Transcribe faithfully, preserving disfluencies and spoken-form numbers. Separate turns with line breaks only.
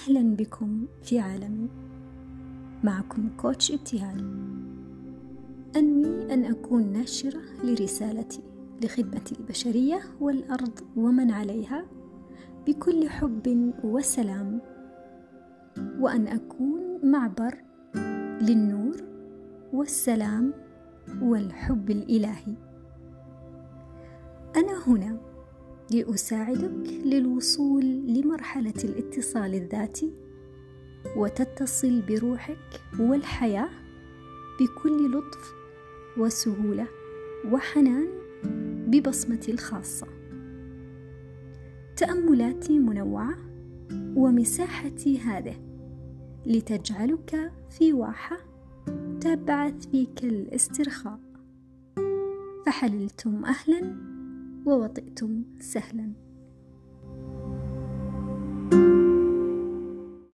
أهلا بكم في عالمي. معكم كوتش ابتهال. أنوي أن أكون ناشرة لرسالتي لخدمة البشرية والأرض ومن عليها بكل حب وسلام، وأن أكون معبر للنور والسلام والحب الإلهي. أنا هنا لأساعدك للوصول لمرحلة الاتصال الذاتي وتتصل بروحك والحياة بكل لطف وسهولة وحنان ببصمتي الخاصة. تأملاتي منوعة ومساحتي هذه لتجعلك في واحة تبعث فيك الاسترخاء. فحللتم أهلا ووطئتم سهلا.